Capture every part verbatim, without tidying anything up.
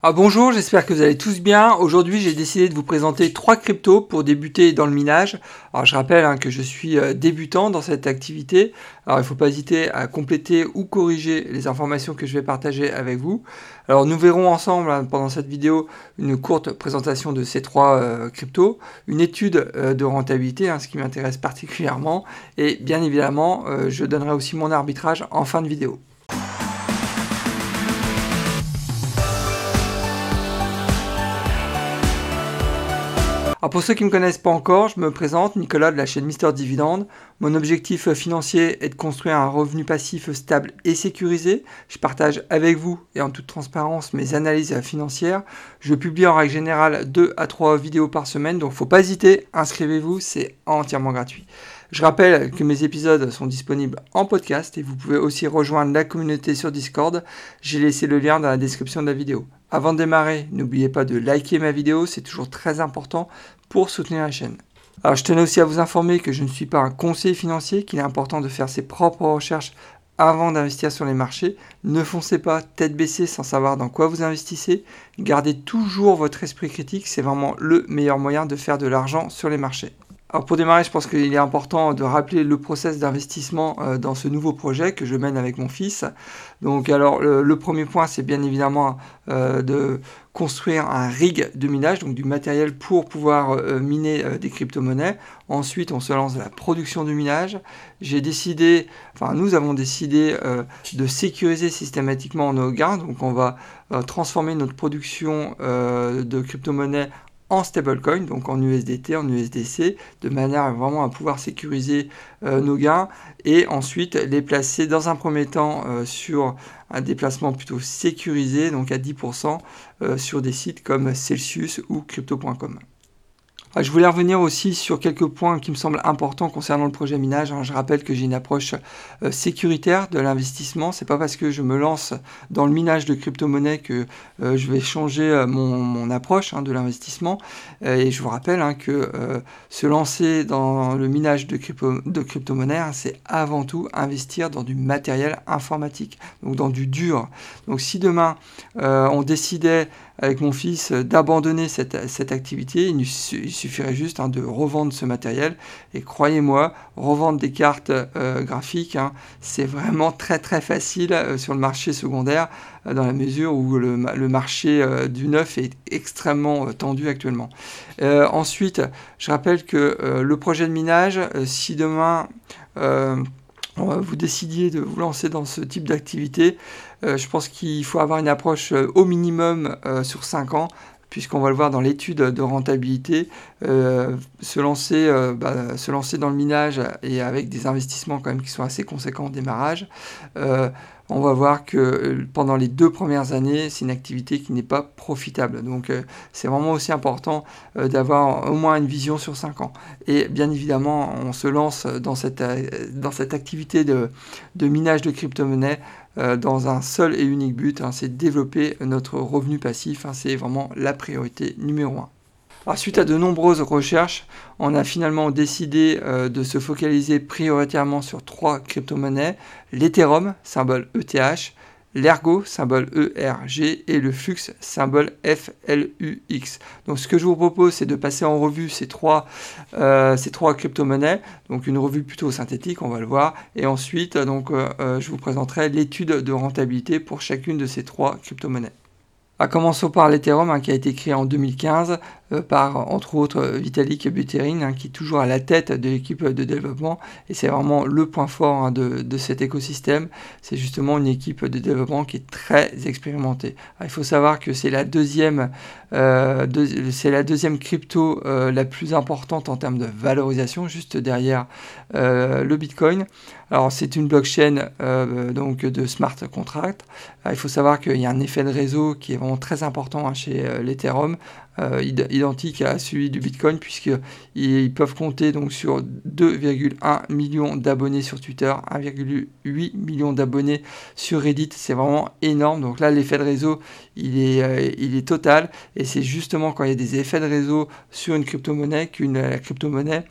Ah bonjour, j'espère que vous allez tous bien. Aujourd'hui, j'ai décidé de vous présenter trois cryptos pour débuter dans le minage. Alors je rappelle hein, que je suis euh, débutant dans cette activité. Alors il ne faut pas hésiter à compléter ou corriger les informations que je vais partager avec vous. Alors nous verrons ensemble hein, pendant cette vidéo une courte présentation de ces trois euh, cryptos, une étude euh, de rentabilité, hein, ce qui m'intéresse particulièrement, et bien évidemment, euh, je donnerai aussi mon arbitrage en fin de vidéo. Alors pour ceux qui ne me connaissent pas encore, je me présente, Nicolas de la chaîne Mister Dividende. Mon objectif financier est de construire un revenu passif stable et sécurisé. Je partage avec vous et en toute transparence mes analyses financières. Je publie en règle générale deux à trois vidéos par semaine, donc faut pas hésiter, inscrivez-vous, c'est entièrement gratuit. Je rappelle que mes épisodes sont disponibles en podcast et vous pouvez aussi rejoindre la communauté sur Discord. J'ai laissé le lien dans la description de la vidéo. Avant de démarrer, n'oubliez pas de liker ma vidéo, c'est toujours très important pour soutenir la chaîne. Alors je tenais aussi à vous informer que je ne suis pas un conseiller financier, qu'il est important de faire ses propres recherches avant d'investir sur les marchés. Ne foncez pas tête baissée sans savoir dans quoi vous investissez. Gardez toujours votre esprit critique, c'est vraiment le meilleur moyen de faire de l'argent sur les marchés. Alors pour démarrer, je pense qu'il est important de rappeler le process d'investissement euh, dans ce nouveau projet que je mène avec mon fils. Donc alors le, le premier point, c'est bien évidemment euh, de construire un rig de minage, donc du matériel pour pouvoir euh, miner euh, des crypto-monnaies. Ensuite, on se lance dans la production du minage. J'ai décidé, enfin nous avons décidé euh, de sécuriser systématiquement nos gains. Donc on va euh, transformer notre production euh, de crypto-monnaies en stablecoin, donc en U S D T, en U S D C, de manière vraiment à pouvoir sécuriser euh, nos gains et ensuite les placer dans un premier temps euh, sur un déplacement plutôt sécurisé, donc à dix pour cent euh, sur des sites comme Celsius ou crypto point com. Je voulais revenir aussi sur quelques points qui me semblent importants concernant le projet minage. Je rappelle que j'ai une approche euh, sécuritaire de l'investissement. C'est pas parce que je me lance dans le minage de crypto-monnaies que euh, je vais changer mon, mon approche hein, de l'investissement. Euh, et je vous rappelle hein, que euh, se lancer dans le minage de, crypto, de crypto-monnaies, hein, c'est avant tout investir dans du matériel informatique, donc dans du dur. Donc si demain euh, on décidait avec mon fils d'abandonner cette, cette activité, il, il suffirait juste hein, de revendre ce matériel. Et croyez-moi, revendre des cartes euh, graphiques, hein, c'est vraiment très très facile euh, sur le marché secondaire, euh, dans la mesure où le, le marché euh, du neuf est extrêmement euh, tendu actuellement. Euh, ensuite, je rappelle que euh, le projet de minage, euh, si demain... Euh, vous décidiez de vous lancer dans ce type d'activité, euh, je pense qu'il faut avoir une approche euh, au minimum euh, sur cinq ans, puisqu'on va le voir dans l'étude de rentabilité, euh, se, lancer, euh, bah, se lancer dans le minage et avec des investissements quand même qui sont assez conséquents au démarrage, euh, on va voir que pendant les deux premières années, c'est une activité qui n'est pas profitable. Donc euh, c'est vraiment aussi important euh, d'avoir au moins une vision sur cinq ans. Et bien évidemment, on se lance dans cette, euh, dans cette activité de, de minage de crypto-monnaies euh, dans un seul et unique but, hein, c'est développer notre revenu passif. Hein, c'est vraiment la priorité numéro un. Alors, suite à de nombreuses recherches, on a finalement décidé euh, de se focaliser prioritairement sur trois crypto-monnaies, l'Ethereum, symbole E T H, l'Ergo, symbole E R G, et le Flux, symbole F L U X. Donc ce que je vous propose, c'est de passer en revue ces trois, euh, ces trois crypto-monnaies, donc une revue plutôt synthétique, on va le voir, et ensuite donc, euh, je vous présenterai l'étude de rentabilité pour chacune de ces trois crypto-monnaies. Ah, commençons par l'Ethereum hein, qui a été créé en deux mille quinze euh, par entre autres Vitalik Buterin hein, qui est toujours à la tête de l'équipe de développement et c'est vraiment le point fort hein, de, de cet écosystème. C'est justement une équipe de développement qui est très expérimentée. Alors, il faut savoir que c'est la deuxième, euh, deux, c'est la deuxième crypto euh, la plus importante en termes de valorisation, juste derrière euh, le Bitcoin. Alors c'est une blockchain euh, donc de smart contract. Alors, il faut savoir qu'il y a un effet de réseau qui est vraiment très important hein, chez euh, l'Ethereum, euh, id- identique à celui du Bitcoin, puisqu'ils peuvent compter donc, sur deux virgule un millions d'abonnés sur Twitter, un virgule huit million d'abonnés sur Reddit. C'est vraiment énorme. Donc là, l'effet de réseau, il est, euh, il est total. Et c'est justement quand il y a des effets de réseau sur une crypto-monnaie qu'une la crypto-monnaie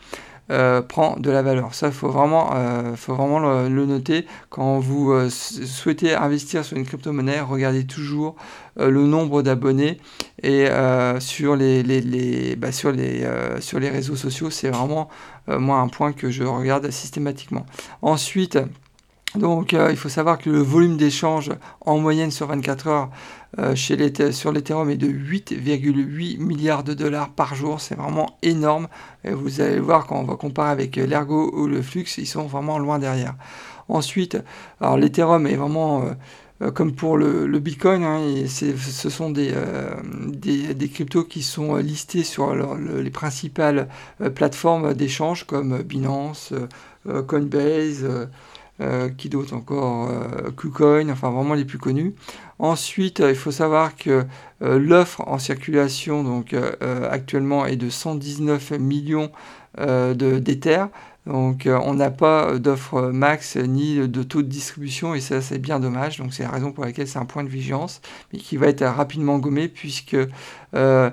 euh, prend de la valeur. Ça, il faut vraiment, euh, faut vraiment le, le noter. Quand vous euh, souhaitez investir sur une crypto-monnaie, regardez toujours euh, le nombre d'abonnés et euh, sur les, les, les, bah, sur les, euh, sur les réseaux sociaux, c'est vraiment euh, moi un point que je regarde systématiquement. Ensuite, donc euh, il faut savoir que le volume d'échange en moyenne sur vingt-quatre heures euh, chez les, sur l'Ethereum est de huit virgule huit milliards de dollars par jour. C'est vraiment énorme. Et vous allez voir quand on va comparer avec l'Ergo ou le Flux, ils sont vraiment loin derrière. Ensuite, alors l'Ethereum est vraiment... Euh, Euh, comme pour le, le Bitcoin, hein, et ce sont des, euh, des, des cryptos qui sont listés sur leur, le, les principales euh, plateformes d'échange comme Binance, euh, Coinbase, euh, euh, qui d'autre encore, euh, KuCoin, enfin vraiment les plus connus. Ensuite, euh, il faut savoir que euh, l'offre en circulation donc euh, actuellement est de cent dix-neuf millions euh, d'Ether. Donc euh, on n'a pas d'offre max ni de taux de distribution et ça c'est bien dommage. Donc c'est la raison pour laquelle c'est un point de vigilance, mais qui va être rapidement gommé puisque euh,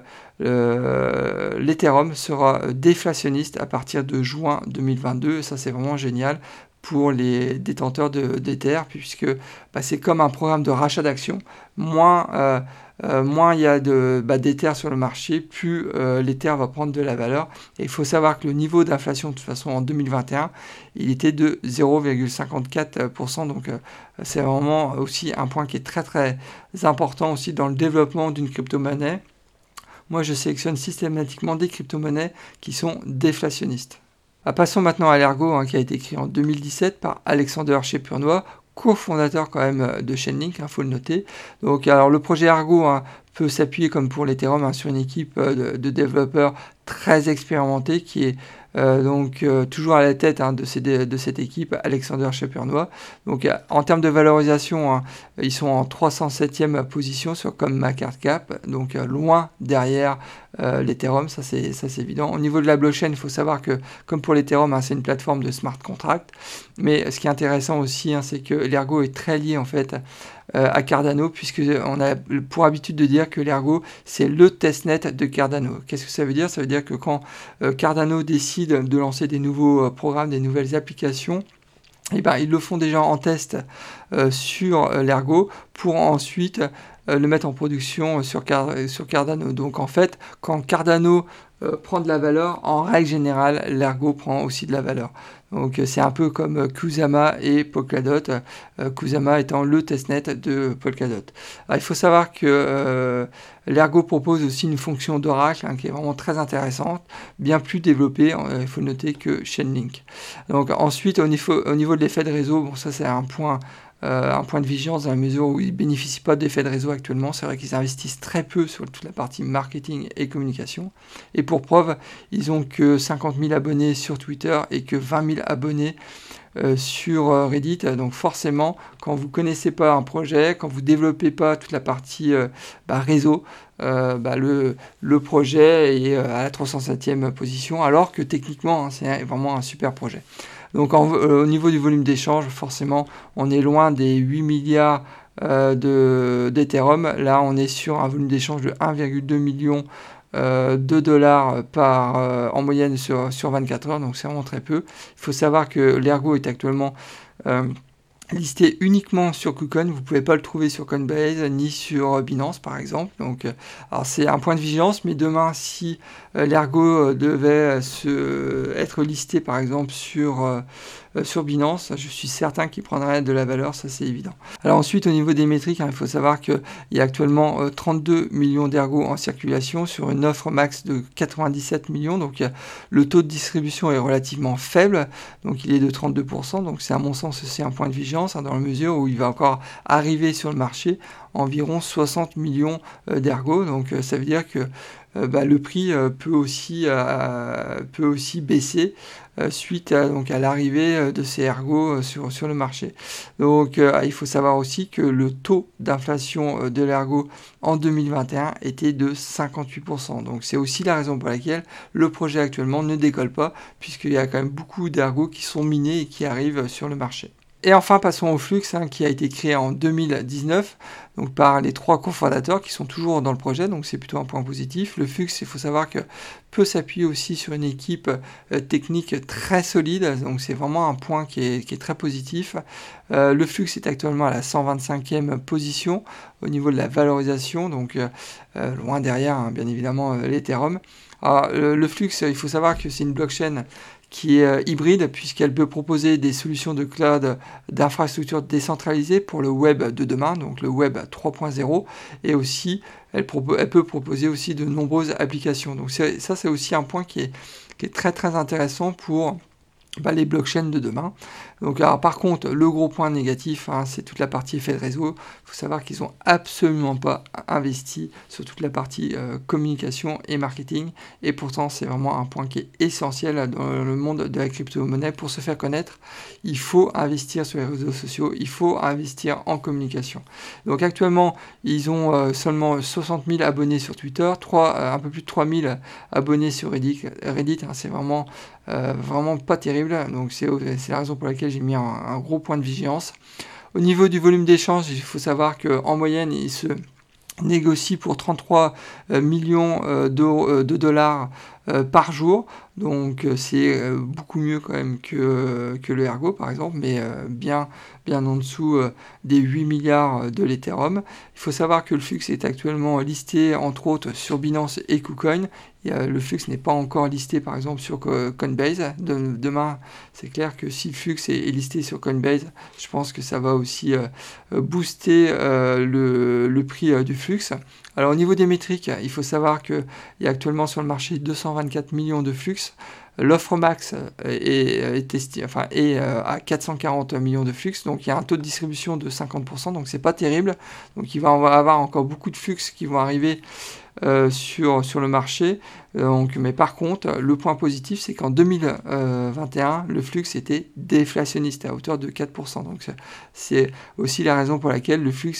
euh, l'Ethereum sera déflationniste à partir de juin deux mille vingt-deux. Et ça c'est vraiment génial pour les détenteurs d'Ether puisque bah, c'est comme un programme de rachat d'actions. Moins euh, Euh, moins il y a de, bah, d'Ether sur le marché, plus euh, l'Ether va prendre de la valeur. Et il faut savoir que le niveau d'inflation, de toute façon, en deux mille vingt et un, il était de zéro virgule cinquante-quatre pour cent. Donc, euh, c'est vraiment aussi un point qui est très, très important aussi dans le développement d'une crypto-monnaie. Moi, je sélectionne systématiquement des crypto-monnaies qui sont déflationnistes. Ah, passons maintenant à l'Ergo, hein, qui a été écrit en deux mille dix-sept par Alexander Chepurnois, cofondateur quand même de Chainlink, il hein, faut le noter. Donc, alors le projet Ergo hein, peut s'appuyer comme pour l'Ethereum hein, sur une équipe de, de développeurs très expérimentés qui est euh, donc euh, toujours à la tête hein, de, ces, de cette équipe, Alexander Chepurnois. Donc euh, en termes de valorisation, hein, ils sont en trois cent septième position sur CoinMarketCap, donc euh, loin derrière euh, l'Ethereum, ça c'est évident. Au niveau de la blockchain, il faut savoir que comme pour l'Ethereum, hein, c'est une plateforme de smart contract. Mais ce qui est intéressant aussi, hein, c'est que l'Ergo est très lié en fait euh, à Cardano, puisqu'on a pour habitude de dire que l'Ergo, c'est le testnet de Cardano. Qu'est-ce que ça veut dire? Ça veut dire que quand euh, Cardano décide de lancer des nouveaux euh, programmes, des nouvelles applications, eh ben, ils le font déjà en test euh, sur euh, l'Ergo pour ensuite euh, le mettre en production sur, Car sur Cardano. Donc en fait, quand Cardano euh, prend de la valeur, en règle générale, l'Ergo prend aussi de la valeur. Donc c'est un peu comme Kusama et Polkadot, euh, Kusama étant le testnet de Polkadot. Alors, il faut savoir que euh, l'Ergo propose aussi une fonction d'oracle hein, qui est vraiment très intéressante, bien plus développée, euh, il faut noter, que Chainlink. Donc ensuite, au niveau, au niveau de l'effet de réseau, bon ça c'est un point... Euh, un point de vigilance dans la mesure où ils ne bénéficient pas d'effets de réseau actuellement. C'est vrai qu'ils investissent très peu sur toute la partie marketing et communication. Et pour preuve, ils n'ont que cinquante mille abonnés sur Twitter et que vingt mille abonnés euh, sur euh, Reddit. Donc forcément, quand vous ne connaissez pas un projet, quand vous ne développez pas toute la partie euh, bah, réseau, euh, bah, le, le projet est à la trois cent septième position, alors que techniquement, hein, c'est vraiment un super projet. Donc en, euh, au niveau du volume d'échange, forcément, on est loin des huit milliards euh, d'Ethereum. Là, on est sur un volume d'échange de un virgule deux million euh, de dollars par, euh, en moyenne sur, sur vingt-quatre heures, donc c'est vraiment très peu. Il faut savoir que l'Ergo est actuellement... Euh, listé uniquement sur KuCoin, vous ne pouvez pas le trouver sur Coinbase ni sur Binance par exemple. Donc, alors c'est un point de vigilance, mais demain si euh, l'Ergo euh, devait se, être listé par exemple sur, euh, sur Binance, je suis certain qu'il prendrait de la valeur, ça c'est évident. Alors ensuite au niveau des métriques, hein, il faut savoir qu'il y a actuellement euh, trente-deux millions d'Ergo en circulation sur une offre max de quatre-vingt-dix-sept millions, donc euh, le taux de distribution est relativement faible, donc il est de trente-deux pour cent, donc c'est à mon sens aussi un point de vigilance. Dans la mesure où il va encore arriver sur le marché environ soixante millions euh, d'Ergo. Donc euh, ça veut dire que euh, bah, le prix euh, peut, aussi, euh, peut aussi baisser euh, suite à, donc, à l'arrivée de ces Ergo euh, sur, sur le marché. Donc euh, il faut savoir aussi que le taux d'inflation euh, de l'Ergo en deux mille vingt et un était de cinquante-huit pour cent. Donc c'est aussi la raison pour laquelle le projet actuellement ne décolle pas, puisqu'il y a quand même beaucoup d'Ergo qui sont minés et qui arrivent sur le marché. Et enfin, passons au Flux, hein, qui a été créé en deux mille dix-neuf, donc par les trois cofondateurs qui sont toujours dans le projet, donc c'est plutôt un point positif. Le Flux, il faut savoir que peut s'appuyer aussi sur une équipe euh, technique très solide, donc c'est vraiment un point qui est, qui est très positif. Euh, le Flux est actuellement à la cent vingt-cinquième position au niveau de la valorisation, donc euh, euh, loin derrière, hein, bien évidemment, euh, l'Ethereum. Alors, le, le Flux, il faut savoir que c'est une blockchain qui est euh, hybride, puisqu'elle peut proposer des solutions de cloud d'infrastructures décentralisées pour le web de demain, donc le web trois point zéro, et aussi elle, elle peut proposer aussi de nombreuses applications. Donc ça, c'est aussi un point qui est, qui est très très intéressant pour bah, les blockchains de demain. Donc, alors, par contre, le gros point négatif, hein, c'est toute la partie effet de réseau. Il faut savoir qu'ils n'ont absolument pas investi sur toute la partie euh, communication et marketing. Et pourtant, c'est vraiment un point qui est essentiel dans le monde de la crypto-monnaie. Pour se faire connaître, il faut investir sur les réseaux sociaux, il faut investir en communication. Donc, actuellement, ils ont euh, seulement soixante mille abonnés sur Twitter, trois, euh, un peu plus de trois mille abonnés sur Reddit. Reddit, hein, c'est vraiment, euh, vraiment pas terrible. Donc, c'est, c'est la raison pour laquelle j'ai mis un, un gros point de vigilance. Au niveau du volume d'échange, il faut savoir qu'en moyenne, il se négocie pour trente-trois millions de, de dollars par jour. Donc c'est beaucoup mieux quand même que, que le Ergo par exemple, mais bien, bien en dessous des huit milliards de l'Ethereum. Il faut savoir que le Flux est actuellement listé entre autres sur Binance et KuCoin. Et, euh, le Flux n'est pas encore listé par exemple sur Coinbase. De, demain, c'est clair que si le Flux est, est listé sur Coinbase, je pense que ça va aussi euh, booster euh, le, le prix euh, du Flux. Alors au niveau des métriques, il faut savoir qu'il y a actuellement sur le marché deux cent vingt-quatre millions de Flux. L'offre max est, est, esti- enfin, est euh, à quatre cent quarante millions de flux, donc il y a un taux de distribution de cinquante pour cent, donc c'est pas terrible. Donc il va y avoir encore beaucoup de flux qui vont arriver euh, sur, sur le marché. Donc, mais par contre, le point positif, c'est qu'en deux mille vingt et un, le flux était déflationniste à hauteur de quatre pour cent. Donc c'est aussi la raison pour laquelle le flux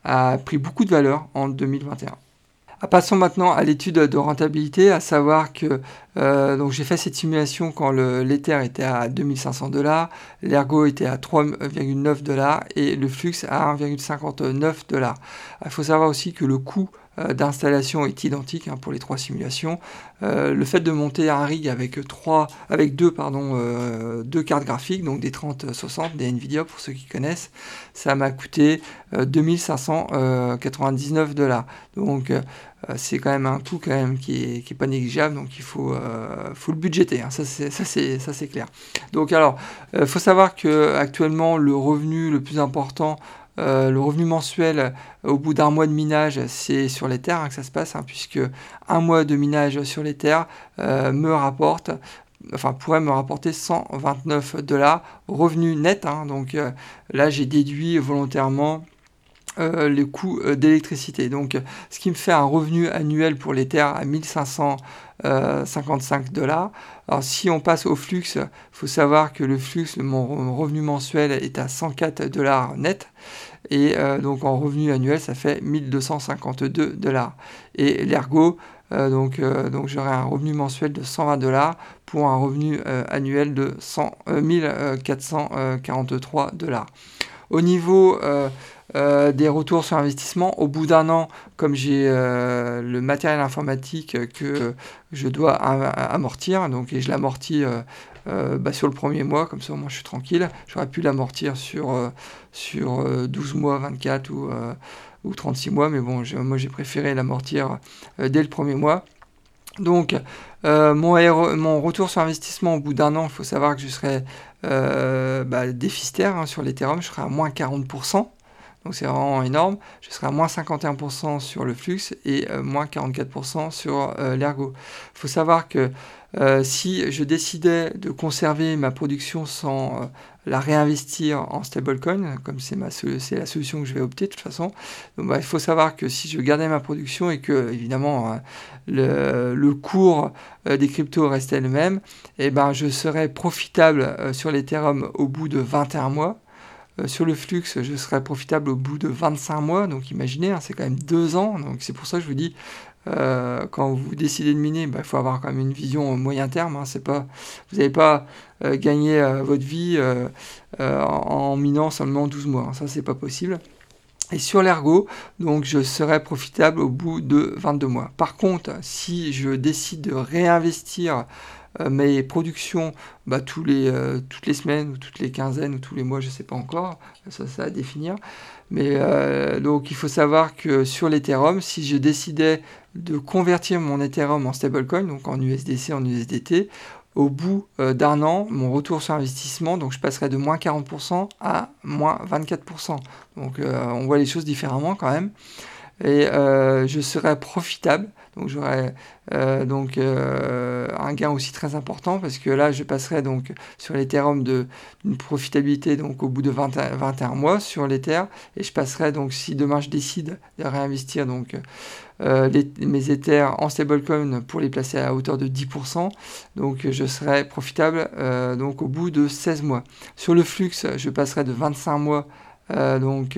a pris beaucoup de valeur en deux mille vingt et un. Passons maintenant à l'étude de rentabilité, à savoir que euh, donc j'ai fait cette simulation quand le, l'Ether était à deux mille cinq cents dollars, l'Ergo était à trois virgule neuf dollars et le Flux à un virgule cinquante-neuf dollars. Il faut savoir aussi que le coût euh, d'installation est identique hein, pour les trois simulations. Euh, le fait de monter un rig avec trois, avec deux, pardon, euh, deux cartes graphiques, donc des trente soixante, des Nvidia pour ceux qui connaissent, ça m'a coûté euh, deux mille cinq cent quatre-vingt-dix-neuf dollars. Donc euh, c'est quand même un coût quand même qui est, qui est pas négligeable, donc il faut, euh, faut le budgéter, hein, ça, c'est, ça, c'est, ça c'est clair. Donc alors, il euh, faut savoir que actuellement le revenu le plus important, euh, le revenu mensuel euh, au bout d'un mois de minage, c'est sur l'Ether hein, que ça se passe, hein, puisque un mois de minage sur l'Ether euh, me rapporte enfin pourrait me rapporter cent vingt-neuf dollars revenu net, hein, donc euh, là j'ai déduit volontairement Euh, les coûts euh, d'électricité. Donc, euh, ce qui me fait un revenu annuel pour l'Ether à mille cinq cent cinquante-cinq dollars. Alors, si on passe au flux, il faut savoir que le flux, mon revenu mensuel est à cent quatre dollars net. Et euh, donc, en revenu annuel, ça fait mille deux cent cinquante-deux dollars. Et l'Ergo, euh, donc, euh, donc j'aurai un revenu mensuel de cent vingt dollars pour un revenu euh, annuel de cent, euh, mille quatre cent quarante-trois dollars. Au niveau euh, euh, des retours sur investissement, au bout d'un an, comme j'ai euh, le matériel informatique que je dois am- amortir, donc et je l'amortis euh, euh, bah, sur le premier mois, comme ça au moins je suis tranquille. J'aurais pu l'amortir sur, euh, sur euh, douze mois, vingt-quatre ou, euh, ou trente-six mois, mais bon, j'ai- moi j'ai préféré l'amortir euh, dès le premier mois. Donc, euh, mon, R E mon retour sur investissement au bout d'un an, il faut savoir que je serai euh, bah, déficitaire hein, sur l'Ethereum, je serai à moins quarante pour cent. Donc c'est vraiment énorme. Je serai à moins cinquante et un pour cent sur le Flux et euh, moins quarante-quatre pour cent sur euh, l'Ergo. Il faut savoir que euh, si je décidais de conserver ma production sans euh, la réinvestir en stablecoin, comme c'est, ma, c'est la solution que je vais opter de toute façon, donc, bah, il faut savoir que si je gardais ma production et que évidemment euh, le, le cours euh, des cryptos restait le même, et ben, je serais profitable euh, sur l'Ethereum au bout de vingt et un mois. Euh, sur le flux, je serai profitable au bout de vingt-cinq mois. Donc imaginez, hein, c'est quand même deux ans. Donc c'est pour ça que je vous dis, euh, quand vous décidez de miner, il bah, faut avoir quand même une vision au moyen terme. Hein, c'est pas, vous n'allez pas euh, gagner euh, votre vie euh, euh, en, en minant seulement douze mois. Hein, ça, c'est pas possible. Et sur l'ergo, donc je serai profitable au bout de vingt-deux mois. Par contre, si je décide de réinvestir euh, mes productions bah, tous les, euh, toutes les semaines ou toutes les quinzaines ou tous les mois, je ne sais pas encore, ça, ça à définir. Mais euh, donc il faut savoir que sur l'Ethereum, si je décidais de convertir mon Ethereum en stablecoin, donc en U S D C, en U S D T, au bout euh, d'un an, mon retour sur investissement, donc je passerai de moins quarante pour cent à moins vingt-quatre pour cent. Donc euh, on voit les choses différemment quand même. Et euh, je serai profitable, donc j'aurai euh, donc euh, un gain aussi très important parce que là je passerai donc sur l'Ethereum de d'une profitabilité donc au bout de vingt, vingt et un mois sur l'Ether et je passerai donc si demain je décide de réinvestir donc euh, les, mes Ethers en stablecoin pour les placer à hauteur de dix pour cent, donc je serai profitable euh, donc au bout de seize mois. Sur le flux, je passerai de vingt-cinq mois euh, donc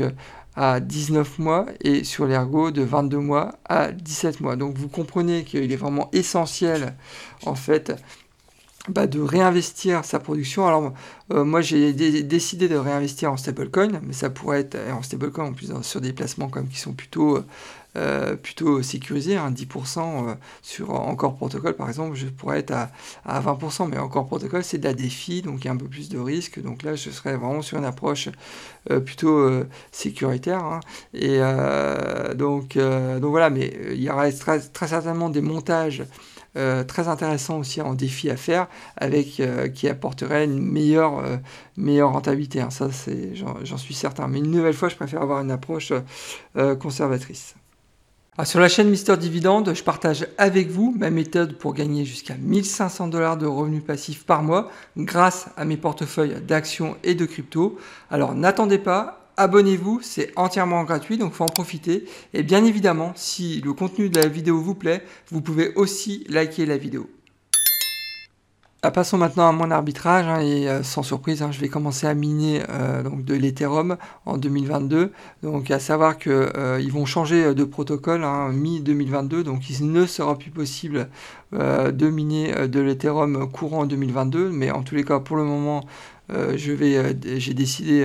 à dix-neuf mois et sur l'ergo de vingt-deux mois à dix-sept mois. Donc vous comprenez qu'il est vraiment essentiel en fait bah, de réinvestir sa production. Alors euh, moi j'ai dé- décidé de réinvestir en stablecoin, mais ça pourrait être en stablecoin en plus dans- sur des placements quand même qui sont plutôt euh, plutôt sécurisés, hein, dix pour cent euh, sur Encore Protocol par exemple, je pourrais être à, à vingt pour cent, mais Encore Protocol c'est de la défi, donc il y a un peu plus de risque, donc là je serais vraiment sur une approche euh, plutôt euh, sécuritaire, hein. Et euh, donc, euh, donc voilà, mais il y aura très, très certainement des montages euh, très intéressants aussi en défi à faire, avec euh, qui apporteraient une meilleure, euh, meilleure rentabilité, hein. Ça c'est, j'en, j'en suis certain, mais une nouvelle fois je préfère avoir une approche euh, conservatrice. Alors, sur la chaîne Mister Dividende, je partage avec vous ma méthode pour gagner jusqu'à mille cinq cents dollars de revenus passifs par mois grâce à mes portefeuilles d'actions et de crypto. Alors n'attendez pas, abonnez-vous, c'est entièrement gratuit, donc il faut en profiter. Et bien évidemment, si le contenu de la vidéo vous plaît, vous pouvez aussi liker la vidéo. Ah, passons maintenant à mon arbitrage, hein, et euh, sans surprise, hein, je vais commencer à miner euh, donc de l'Ethereum en deux mille vingt-deux. Donc à savoir qu'ils euh, vont changer de protocole hein, mi deux mille vingt-deux, donc il ne sera plus possible euh, de miner euh, de l'Ethereum courant en deux mille vingt-deux. Mais en tous les cas, pour le moment, euh, je vais, euh, j'ai décidé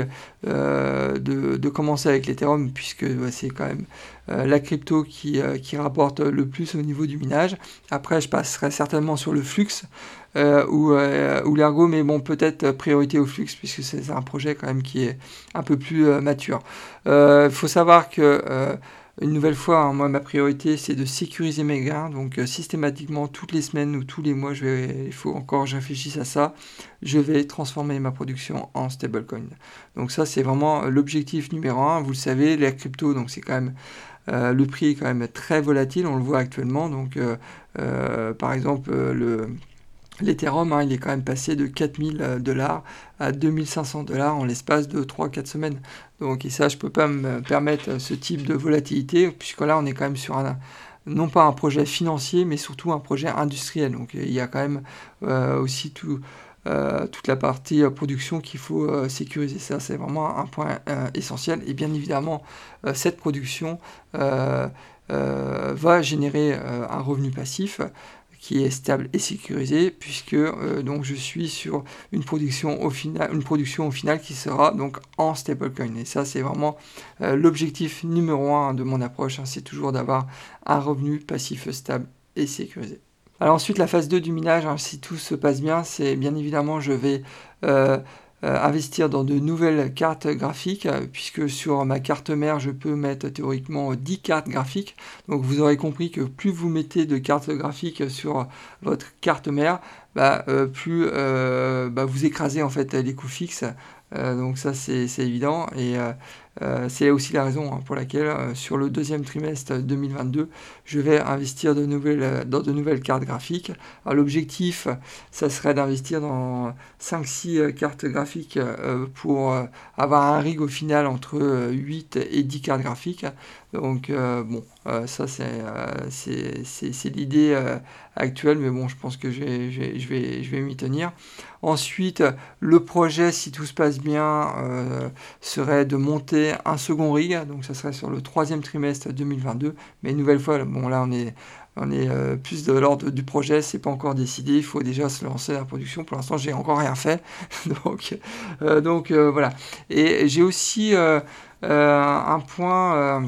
euh, de, de commencer avec l'Ethereum puisque bah, c'est quand même euh, la crypto qui, euh, qui rapporte le plus au niveau du minage. Après, je passerai certainement sur le flux. Euh, ou, euh, ou l'ergo, mais bon, peut-être priorité au flux, puisque c'est un projet quand même qui est un peu plus euh, mature. Il euh, faut savoir que, euh, une nouvelle fois, hein, moi, ma priorité, c'est de sécuriser mes gains, donc euh, systématiquement, toutes les semaines ou tous les mois, je vais, il faut encore que je réfléchisse à ça, je vais transformer ma production en stablecoin. Donc ça, c'est vraiment l'objectif numéro un. Vous le savez, les cryptos, donc c'est quand même... Euh, le prix est quand même très volatile, on le voit actuellement, donc euh, euh, par exemple, euh, le... L'Ethereum, hein, il est quand même passé de quatre mille dollars à deux mille cinq cents dollars en l'espace de trois à quatre semaines. Donc, et ça, je ne peux pas me permettre ce type de volatilité, puisque là, on est quand même sur un, non pas un projet financier, mais surtout un projet industriel. Donc, il y a quand même euh, aussi tout, euh, toute la partie euh, production qu'il faut euh, sécuriser. Ça, c'est vraiment un point euh, essentiel. Et bien évidemment, euh, cette production euh, euh, va générer euh, un revenu passif qui est stable et sécurisé, puisque euh, donc je suis sur une production au final, une production au final qui sera donc en stablecoin. Et ça, c'est vraiment euh, l'objectif numéro un de mon approche, hein, c'est toujours d'avoir un revenu passif stable et sécurisé. Alors ensuite, la phase deux du minage, hein, si tout se passe bien, c'est bien évidemment, je vais euh, euh, investir dans de nouvelles cartes graphiques, euh, puisque sur ma carte mère, je peux mettre théoriquement dix cartes graphiques. Donc vous aurez compris que plus vous mettez de cartes graphiques sur votre carte mère, bah, euh, plus euh, bah, vous écrasez en fait les coûts fixes. Euh, donc ça c'est évident. Et, euh, Euh, c'est aussi la raison hein, pour laquelle euh, sur le deuxième trimestre deux mille vingt-deux, je vais investir de nouvelles, dans de nouvelles cartes graphiques. Alors, l'objectif, ça serait d'investir dans cinq six cartes graphiques euh, pour euh, avoir un rig au final entre euh, huit et dix cartes graphiques. Donc euh, bon, euh, ça c'est, euh, c'est, c'est, c'est l'idée euh, actuelle, mais bon, je pense que je vais, je vais, je vais, je vais m'y tenir. Ensuite, le projet, si tout se passe bien, euh, serait de monter un second rig, donc ça serait sur le troisième trimestre deux mille vingt-deux. Mais une nouvelle fois, bon là on est, on est euh, plus de l'ordre du projet, c'est pas encore décidé, il faut déjà se lancer dans la production. Pour l'instant, j'ai encore rien fait, donc, euh, donc euh, voilà. Et j'ai aussi euh, euh, un point euh,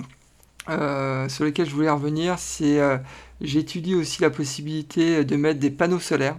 euh, sur lequel je voulais revenir, c'est euh, j'étudie aussi la possibilité de mettre des panneaux solaires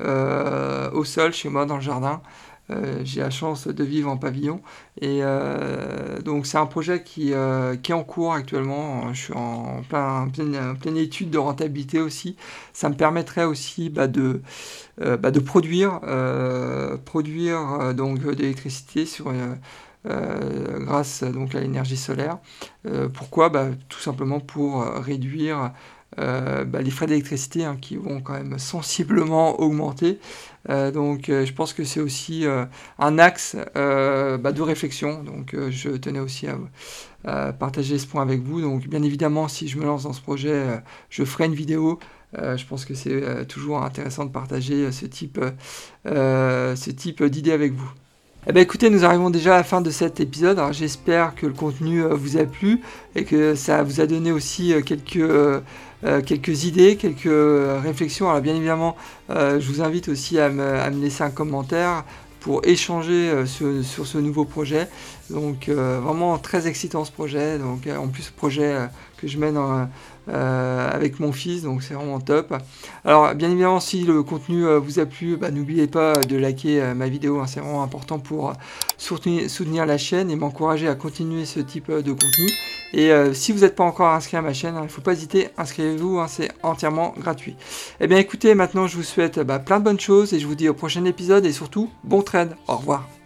euh, au sol chez moi dans le jardin. Euh, j'ai la chance de vivre en pavillon et euh, donc c'est un projet qui, euh, qui est en cours actuellement. Je suis en plein, pleine, pleine étude de rentabilité aussi. Ça me permettrait aussi bah, de, euh, bah, de produire, euh, produire euh, donc de l'électricité sur euh, euh, grâce donc à l'énergie solaire. Euh, pourquoi bah, tout simplement pour réduire euh, bah, les frais d'électricité hein, qui vont quand même sensiblement augmenter. Euh, donc euh, je pense que c'est aussi euh, un axe euh, bah, de réflexion. Donc euh, je tenais aussi à, à partager ce point avec vous. Donc bien évidemment, si je me lance dans ce projet, euh, je ferai une vidéo. Euh, je pense que c'est euh, toujours intéressant de partager ce type, euh, ce type d'idées avec vous. Eh bien écoutez, nous arrivons déjà à la fin de cet épisode. Alors j'espère que le contenu euh, vous a plu et que ça vous a donné aussi euh, quelques, euh, euh, quelques idées, quelques euh, réflexions. Alors bien évidemment, euh, je vous invite aussi à me, à me laisser un commentaire pour échanger euh, sur, sur ce nouveau projet. Donc euh, vraiment très excitant ce projet. Donc euh, en plus ce projet euh, que je mène en, euh, avec mon fils, donc c'est vraiment top. Alors bien évidemment, si le contenu euh, vous a plu, bah, n'oubliez pas de liker euh, ma vidéo, hein, c'est vraiment important pour euh, soutenir, soutenir la chaîne et m'encourager à continuer ce type euh, de contenu. Et euh, si vous n'êtes pas encore inscrit à ma chaîne, il hein, ne faut pas hésiter, inscrivez-vous, hein, c'est entièrement gratuit. Et bien écoutez, maintenant je vous souhaite bah, plein de bonnes choses et je vous dis au prochain épisode et surtout, bon trade, au revoir.